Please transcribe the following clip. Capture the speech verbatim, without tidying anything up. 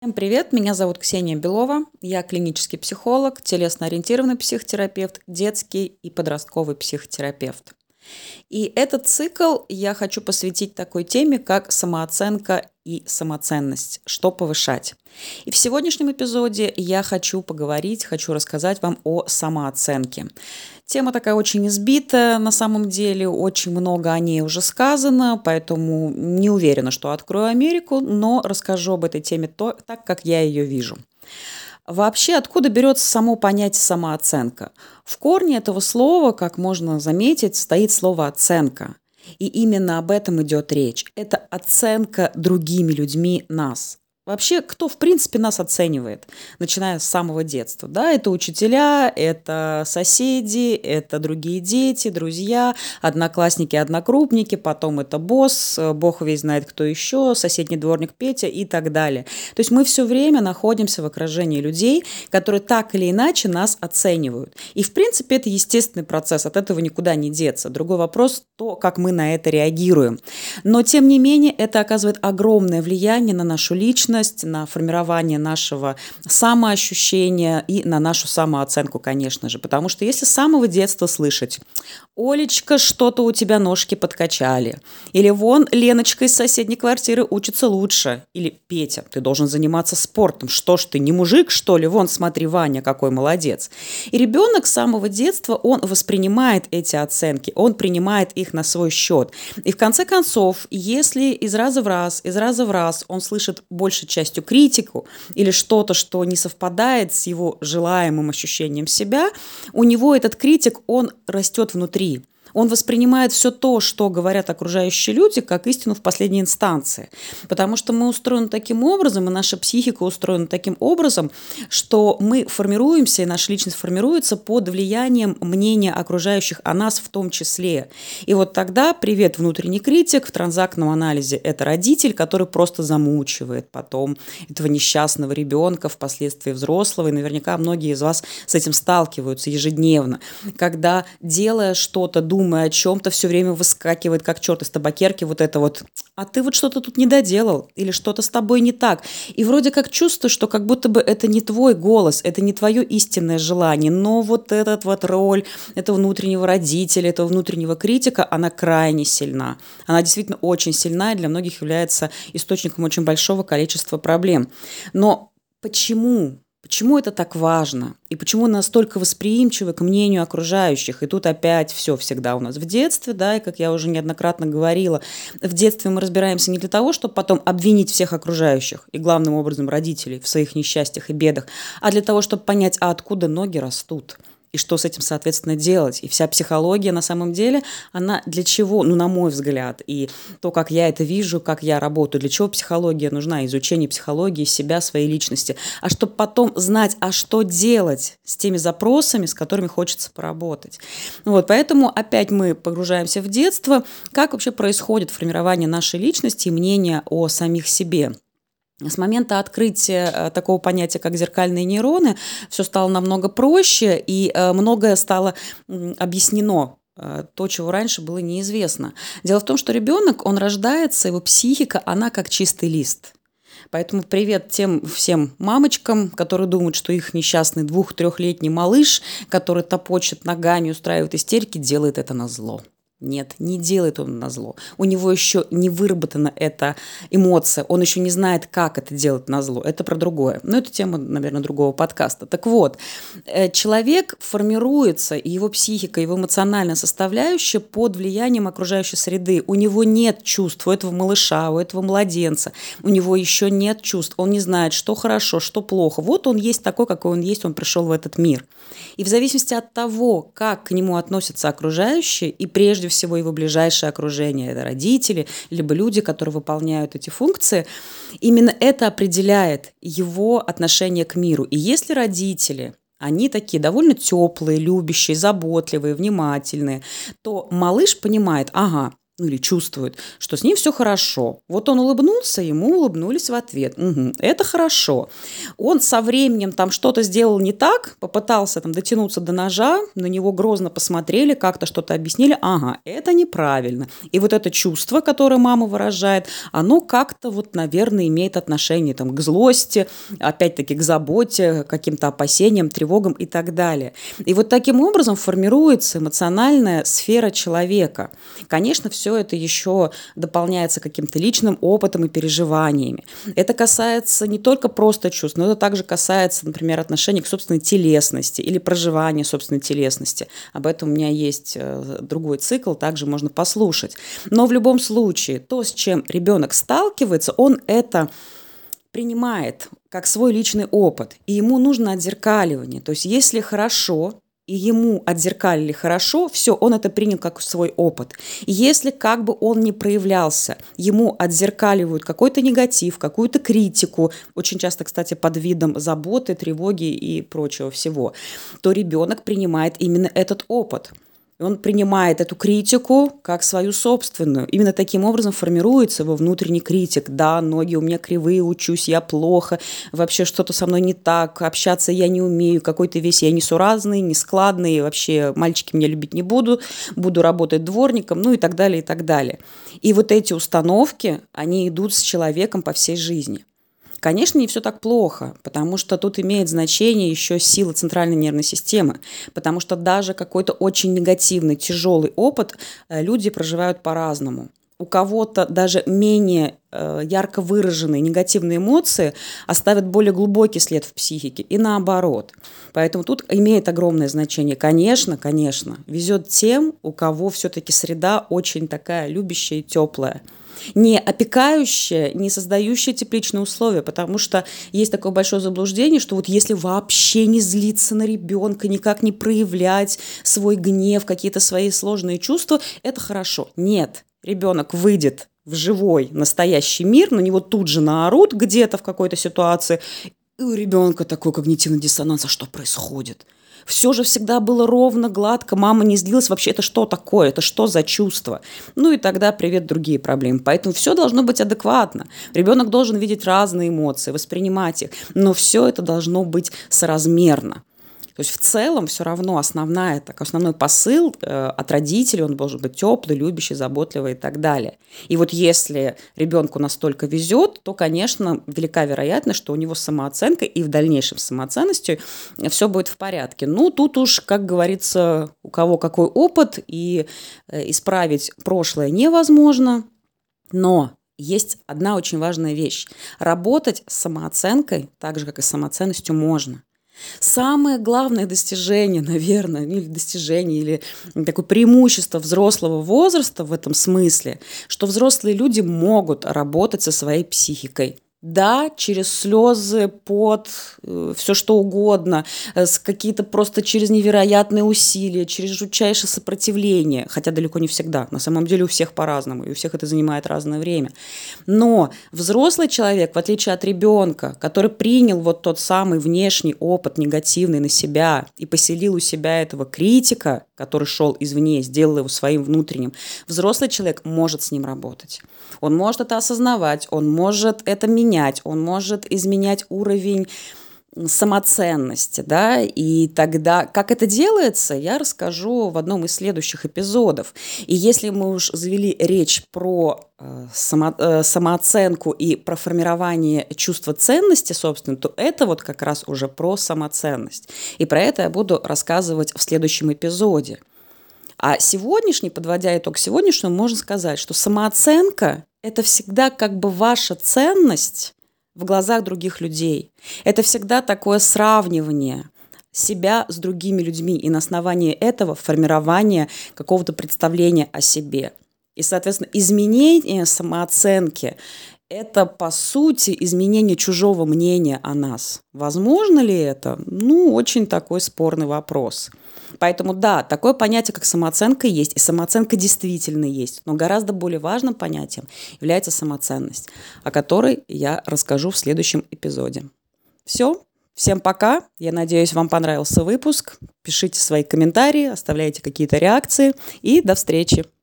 Всем привет, меня зовут Ксения Белова, я клинический психолог, телесно-ориентированный психотерапевт, детский и подростковый психотерапевт. И этот цикл я хочу посвятить такой теме, как самооценка и самоценность, что повышать. И в сегодняшнем эпизоде я хочу поговорить, хочу рассказать вам о самооценке. Тема такая очень избитая, на самом деле, очень много о ней уже сказано, поэтому не уверена, что открою Америку, но расскажу об этой теме то, так, как я ее вижу. Вообще, откуда берется само понятие самооценка? В корне этого слова, как можно заметить, стоит слово «оценка». И именно об этом идет речь. Это оценка другими людьми нас. Вообще, кто, в принципе, нас оценивает, начиная с самого детства? Да, это учителя, это соседи, это другие дети, друзья, одноклассники, однокрупники, потом это босс, бог весь знает кто еще, соседний дворник Петя и так далее. То есть мы все время находимся в окружении людей, которые так или иначе нас оценивают. И, в принципе, это естественный процесс, от этого никуда не деться. Другой вопрос – то, как мы на это реагируем. Но, тем не менее, это оказывает огромное влияние на нашу личность, на формирование нашего самоощущения и на нашу самооценку, конечно же. Потому что если с самого детства слышать: «Олечка, что-то у тебя ножки подкачали», или «Вон, Леночка из соседней квартиры учится лучше», или «Петя, ты должен заниматься спортом, что ж ты, не мужик, что ли? Вон, смотри, Ваня, какой молодец». И ребенок с самого детства, он воспринимает эти оценки, он принимает их на свой счет. И в конце концов, если из раза в раз, из раза в раз он слышит большей частью критику или что-то, что не совпадает с его желаемым ощущением себя, у него этот критик, он растет внутри. Он воспринимает все то, что говорят окружающие люди, как истину в последней инстанции. Потому что мы устроены таким образом, и наша психика устроена таким образом, что мы формируемся, и наша личность формируется под влиянием мнения окружающих о нас в том числе. И вот тогда привет, внутренний критик, в транзактном анализе это родитель, который просто замучивает потом этого несчастного ребенка, впоследствии взрослого, и наверняка многие из вас с этим сталкиваются ежедневно, когда, делая что-то, думая о чем-то, все время выскакивает, как черт из табакерки, вот это вот: «А ты вот что-то тут не доделал», или «Что-то с тобой не так». И вроде как чувствуешь, что как будто бы это не твой голос, это не твое истинное желание, но вот эта вот роль этого внутреннего родителя, этого внутреннего критика, она крайне сильна. Она действительно очень сильна и для многих является источником очень большого количества проблем. Но почему? Почему это так важно? И почему настолько восприимчивы к мнению окружающих? И тут опять все всегда у нас в детстве, да, и как я уже неоднократно говорила, в детстве мы разбираемся не для того, чтобы потом обвинить всех окружающих, и главным образом родителей, в своих несчастьях и бедах, а для того, чтобы понять, а откуда ноги растут. И что с этим, соответственно, делать. И вся психология, на самом деле, она для чего, ну, на мой взгляд, и то, как я это вижу, как я работаю, для чего психология нужна, изучение психологии себя, своей личности, а чтобы потом знать, а что делать с теми запросами, с которыми хочется поработать. Вот, поэтому опять мы погружаемся в детство, как вообще происходит формирование нашей личности и мнения о самих себе. С момента открытия такого понятия, как зеркальные нейроны, все стало намного проще, и многое стало объяснено, то, чего раньше было неизвестно. Дело в том, что ребенок, он рождается, его психика, она как чистый лист. Поэтому привет тем всем мамочкам, которые думают, что их несчастный двух-трехлетний малыш, который топочет ногами, устраивает истерики, делает это назло. Нет, не делает он назло. У него еще не выработана эта эмоция, он еще не знает, как это делать назло. Это про другое. Но это тема, наверное, другого подкаста. Так вот, человек формируется, и его психика, его эмоциональная составляющая под влиянием окружающей среды. У него нет чувств, у этого малыша, у этого младенца. У него еще нет чувств. Он не знает, что хорошо, что плохо. Вот он есть такой, какой он есть, он пришел в этот мир. И в зависимости от того, как к нему относятся окружающие, и прежде всего его ближайшее окружение, это родители, либо люди, которые выполняют эти функции, именно это определяет его отношение к миру. И если родители, они такие довольно теплые, любящие, заботливые, внимательные, то малыш понимает: ага, ну или чувствует, что с ним все хорошо. Вот он улыбнулся, ему улыбнулись в ответ. Мгм, это хорошо. Он со временем там что-то сделал не так, попытался там дотянуться до ножа, на него грозно посмотрели, как-то что-то объяснили. Ага, это неправильно. И вот это чувство, которое мама выражает, оно как-то вот, наверное, имеет отношение там, к злости, опять-таки к заботе, к каким-то опасениям, тревогам и так далее. И вот таким образом формируется эмоциональная сфера человека. Конечно, все это еще дополняется каким-то личным опытом и переживаниями. Это касается не только просто чувств, но это также касается, например, отношений к собственной телесности или проживания собственной телесности. Об этом у меня есть другой цикл, также можно послушать. Но в любом случае, то, с чем ребенок сталкивается, он это принимает как свой личный опыт, и ему нужно отзеркаливание. То есть если хорошо, и ему отзеркалили хорошо, все, он это принял как свой опыт. И если как бы он ни проявлялся, ему отзеркаливают какой-то негатив, какую-то критику, очень часто, кстати, под видом заботы, тревоги и прочего всего, то ребенок принимает именно этот опыт. Он принимает эту критику как свою собственную. Именно таким образом формируется его внутренний критик. Да, ноги у меня кривые, учусь я плохо, вообще что-то со мной не так, общаться я не умею, какой-то весь я несуразный, нескладный, вообще мальчики меня любить не будут, буду работать дворником, ну и так далее, и так далее. И вот эти установки, они идут с человеком по всей жизни. Конечно, не все так плохо, потому что тут имеет значение еще сила центральной нервной системы, потому что даже какой-то очень негативный, тяжелый опыт люди проживают по-разному. У кого-то даже менее э, ярко выраженные негативные эмоции оставят более глубокий след в психике и наоборот. Поэтому тут имеет огромное значение. Конечно, конечно, везет тем, у кого все-таки среда очень такая любящая и теплая. Не опекающая, не создающая тепличные условия, потому что есть такое большое заблуждение, что вот если вообще не злиться на ребенка, никак не проявлять свой гнев, какие-то свои сложные чувства, это хорошо. Нет, ребенок выйдет в живой, настоящий мир, на него тут же наорут где-то в какой-то ситуации, и у ребенка такой когнитивный диссонанс, а что происходит? Все же всегда было ровно, гладко, мама не злилась. Вообще, это что такое? Это что за чувство? Ну и тогда привет другие проблемы. Поэтому все должно быть адекватно. Ребенок должен видеть разные эмоции, воспринимать их, но все это должно быть соразмерно. То есть в целом все равно основная, так, основной посыл э, от родителей, он должен быть теплый, любящий, заботливый и так далее. И вот если ребенку настолько везет, то, конечно, велика вероятность, что у него с самооценкой и в дальнейшем с самоценностью все будет в порядке. Ну, тут уж, как говорится, у кого какой опыт, и э, исправить прошлое невозможно, но есть одна очень важная вещь. Работать с самооценкой, так же, как и с самоценностью, можно. Самое главное достижение, наверное, или достижение, или такое преимущество взрослого возраста в этом смысле, что взрослые люди могут работать со своей психикой. Да, через слезы, пот, э, все что угодно, э, с какие-то просто через невероятные усилия, через жутчайшее сопротивление, хотя далеко не всегда, на самом деле у всех по-разному, и у всех это занимает разное время. Но взрослый человек, в отличие от ребенка, который принял вот тот самый внешний опыт негативный на себя и поселил у себя этого критика, который шел извне, сделал его своим внутренним, взрослый человек может с ним работать. Он может это осознавать, он может это менять, он может изменять уровень самоценности, да, и тогда, как это делается, я расскажу в одном из следующих эпизодов. И если мы уж завели речь про э, само, э, самооценку и про формирование чувства ценности, собственно, то это вот как раз уже про самоценность. И про это я буду рассказывать в следующем эпизоде. А сегодняшний, подводя итог сегодняшнему, можно сказать, что самооценка – это всегда как бы ваша ценность в глазах других людей. Это всегда такое сравнивание себя с другими людьми и на основании этого формирование какого-то представления о себе. И, соответственно, изменение самооценки – это, по сути, изменение чужого мнения о нас. Возможно ли это? Ну, очень такой спорный вопрос. Поэтому да, такое понятие, как самооценка, есть, и самооценка действительно есть, но гораздо более важным понятием является самоценность, о которой я расскажу в следующем эпизоде. Все, всем пока, я надеюсь, вам понравился выпуск, пишите свои комментарии, оставляйте какие-то реакции, и до встречи!